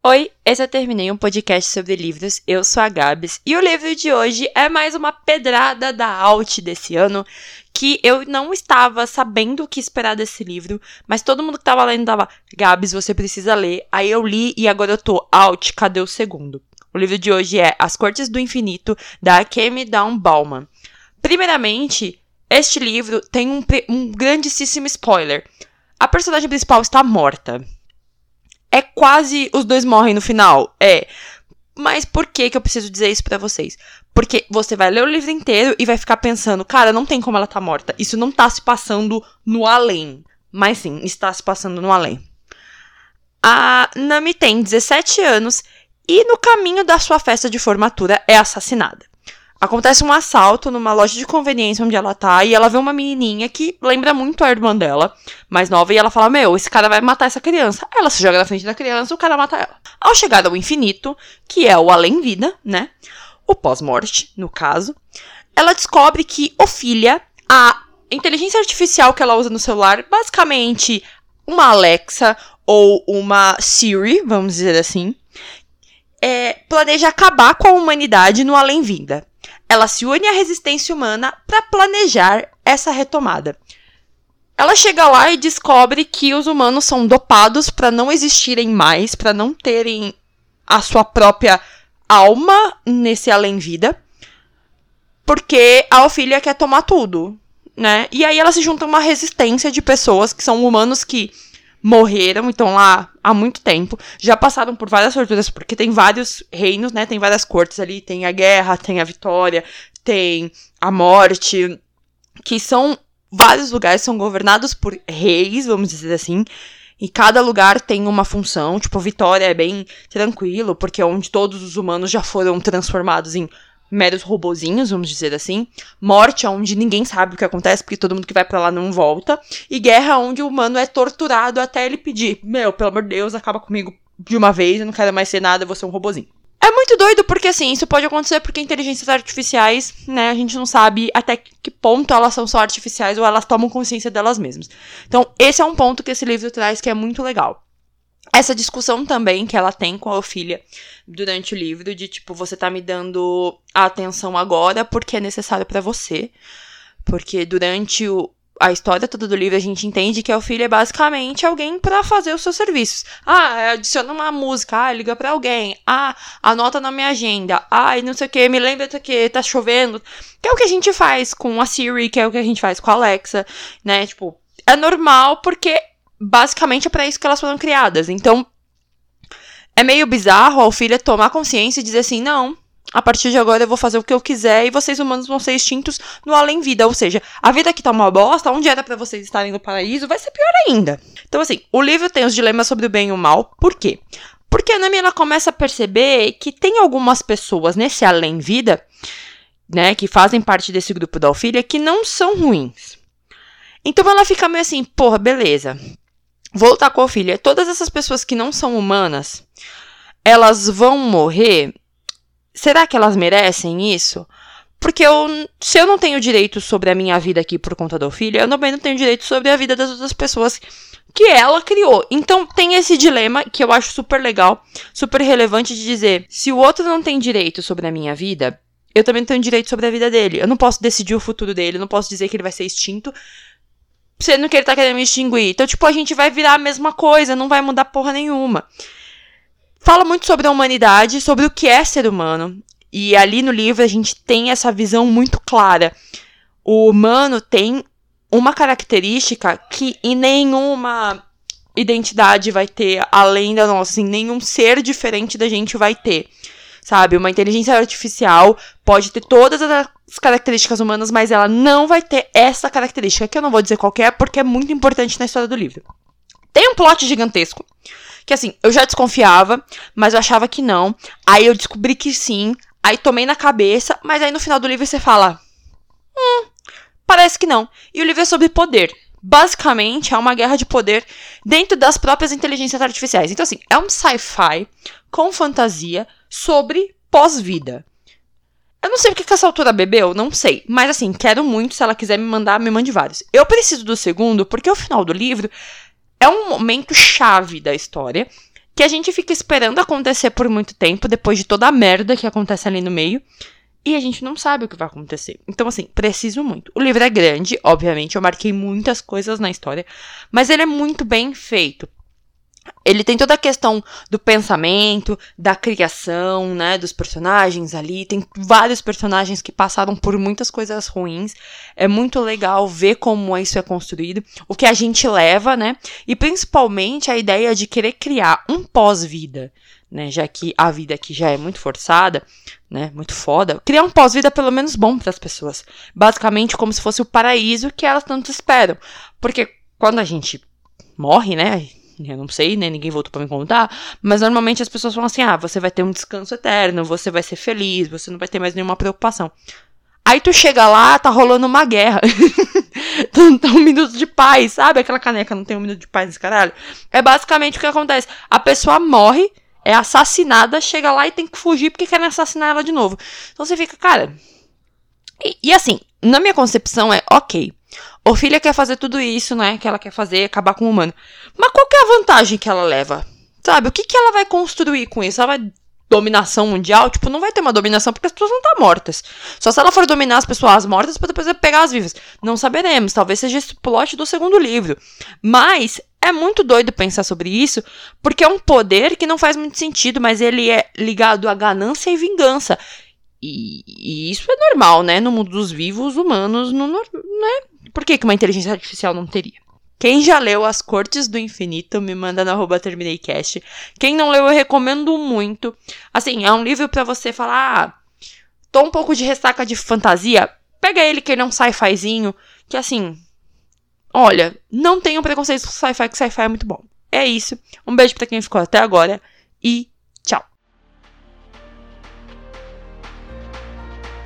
Oi, esse eu terminei um podcast sobre livros, eu sou a Gabs, e o livro de hoje é mais uma pedrada da Alt desse ano, que eu não estava sabendo o que esperar desse livro, mas todo mundo que tava lendo tava, Gabs, você precisa ler, aí eu li e agora eu tô, Alt, cadê o segundo? O livro de hoje é As Cortes do Infinito, da Akemi Dawn Bowman. Primeiramente, este livro tem um grandíssimo spoiler. A personagem principal está morta. É quase os dois morrem no final. Mas por que eu preciso dizer isso pra vocês? Porque você vai ler o livro inteiro e vai ficar pensando, cara, não tem como ela tá morta. Isso não tá se passando no além. Mas sim, está se passando no além. A Nami tem 17 anos e no caminho da sua festa de formatura é assassinada. Acontece um assalto numa loja de conveniência onde ela tá, e ela vê uma menininha que lembra muito a irmã dela, mais nova, e ela fala, esse cara vai matar essa criança. Ela se joga na frente da criança, o cara mata ela. Ao chegar ao infinito, que é o além-vida, né, o pós-morte, no caso, ela descobre que Ophelia, a inteligência artificial que ela usa no celular, basicamente uma Alexa ou uma Siri, vamos dizer assim, planeja acabar com a humanidade no além-vida. Ela se une à resistência humana para planejar essa retomada. Ela chega lá e descobre que os humanos são dopados para não existirem mais, para não terem a sua própria alma nesse além-vida, porque a Ophelia quer tomar tudo, né? E aí ela se junta a uma resistência de pessoas que são humanos que morreram, estão lá há muito tempo, já passaram por várias torturas, porque tem vários reinos, né, tem várias cortes ali, tem a guerra, tem a vitória, tem a morte, que são vários lugares, são governados por reis, vamos dizer assim, e cada lugar tem uma função, tipo, Vitória é bem tranquilo, porque é onde todos os humanos já foram transformados em meros robozinhos, vamos dizer assim. Morte, onde ninguém sabe o que acontece, porque todo mundo que vai pra lá não volta. E guerra, onde o humano é torturado até ele pedir, pelo amor de Deus, acaba comigo de uma vez, eu não quero mais ser nada, eu vou ser um robozinho. É muito doido, porque assim, isso pode acontecer porque inteligências artificiais, né, a gente não sabe até que ponto elas são só artificiais ou elas tomam consciência delas mesmas. Então, esse é um ponto que esse livro traz que é muito legal. Essa discussão também que ela tem com a Ophelia durante o livro, de tipo, você tá me dando a atenção agora porque é necessário pra você. Porque durante a história toda do livro a gente entende que a Ophelia é basicamente alguém pra fazer os seus serviços. Adiciona uma música, liga pra alguém, anota na minha agenda, e não sei o que, me lembra que tá chovendo. Que é o que a gente faz com a Siri, que é o que a gente faz com a Alexa, né? Tipo, é normal porque basicamente é pra isso que elas foram criadas. Então, é meio bizarro a Ophelia tomar consciência e dizer assim, não, a partir de agora eu vou fazer o que eu quiser e vocês humanos vão ser extintos no além-vida. Ou seja, a vida aqui tá uma bosta, onde era pra vocês estarem no paraíso, vai ser pior ainda. Então, assim, o livro tem os dilemas sobre o bem e o mal. Por quê? Porque a Nami, ela começa a perceber que tem algumas pessoas nesse além-vida, né, que fazem parte desse grupo da Ophelia, que não são ruins. Então, ela fica meio assim, beleza. Vou lutar com a Ophelia. Todas essas pessoas que não são humanas, elas vão morrer? Será que elas merecem isso? Porque se eu não tenho direito sobre a minha vida aqui por conta da Ophelia, eu também não tenho direito sobre a vida das outras pessoas que ela criou. Então tem esse dilema que eu acho super legal, super relevante de dizer, se o outro não tem direito sobre a minha vida, eu também não tenho direito sobre a vida dele. Eu não posso decidir o futuro dele, eu não posso dizer que ele vai ser extinto, sendo que ele tá querendo me extinguir. Então, tipo, a gente vai virar a mesma coisa, não vai mudar porra nenhuma. Fala muito sobre a humanidade, sobre o que é ser humano. E ali no livro a gente tem essa visão muito clara. O humano tem uma característica que em nenhuma identidade vai ter, além da nossa, assim, nenhum ser diferente da gente vai ter. Sabe, uma inteligência artificial pode ter todas as características humanas, mas ela não vai ter essa característica, que eu não vou dizer qual que é, porque é muito importante na história do livro. Tem um plot gigantesco, que assim, eu já desconfiava, mas eu achava que não. Aí eu descobri que sim, aí tomei na cabeça, mas aí no final do livro você fala, parece que não. E o livro é sobre poder. Basicamente, é uma guerra de poder dentro das próprias inteligências artificiais. Então assim, é um sci-fi com fantasia sobre pós-vida. Eu não sei porque que essa autora bebeu, não sei. Mas assim, quero muito, se ela quiser me mandar, me mande vários. Eu preciso do segundo, porque o final do livro é um momento chave da história. que a gente fica esperando acontecer por muito tempo, depois de toda a merda que acontece ali no meio, e a gente não sabe o que vai acontecer. Então, assim, preciso muito. O livro é grande, obviamente, eu marquei muitas coisas na história, mas ele é muito bem feito. Ele tem toda a questão do pensamento, da criação, né, dos personagens ali. Tem vários personagens que passaram por muitas coisas ruins. É muito legal ver como isso é construído, o que a gente leva, né, e principalmente a ideia de querer criar um pós-vida, né, já que a vida aqui já é muito forçada, né, muito foda. Criar um pós-vida pelo menos bom para as pessoas. Basicamente como se fosse o paraíso que elas tanto esperam. Porque quando a gente morre, né, eu não sei, né, ninguém voltou pra me contar, mas normalmente as pessoas falam assim, você vai ter um descanso eterno, você vai ser feliz, você não vai ter mais nenhuma preocupação. Aí tu chega lá, tá rolando uma guerra. Não tem um minuto de paz, sabe? Aquela caneca não tem um minuto de paz nesse caralho. É basicamente o que acontece. A pessoa morre, é assassinada, chega lá e tem que fugir porque querem assassinar ela de novo. Então você fica, cara... E assim, na minha concepção é, ok, Ophelia quer fazer tudo isso, né, que ela quer fazer, acabar com o humano. Mas qual que é a vantagem que ela leva? Sabe, o que que ela vai construir com isso? Ela vai... Dominação mundial? Tipo, não vai ter uma dominação porque as pessoas vão estar mortas. Só se ela for dominar as pessoas mortas pra depois pegar as vivas. Não saberemos, talvez seja esse plot do segundo livro. Mas... é muito doido pensar sobre isso, porque é um poder que não faz muito sentido, mas ele é ligado à ganância e vingança. E isso é normal, né? No mundo dos vivos, humanos, né? Por que uma inteligência artificial não teria? Quem já leu As Cortes do Infinito, me manda no @terminei_cast. Quem não leu, eu recomendo muito. Assim, é um livro pra você falar, tô um pouco de ressaca de fantasia, pega ele que ele é um sci-fizinho, que assim, olha, não tenham preconceito com sci-fi, que sci-fi é muito bom. É isso, um beijo pra quem ficou até agora e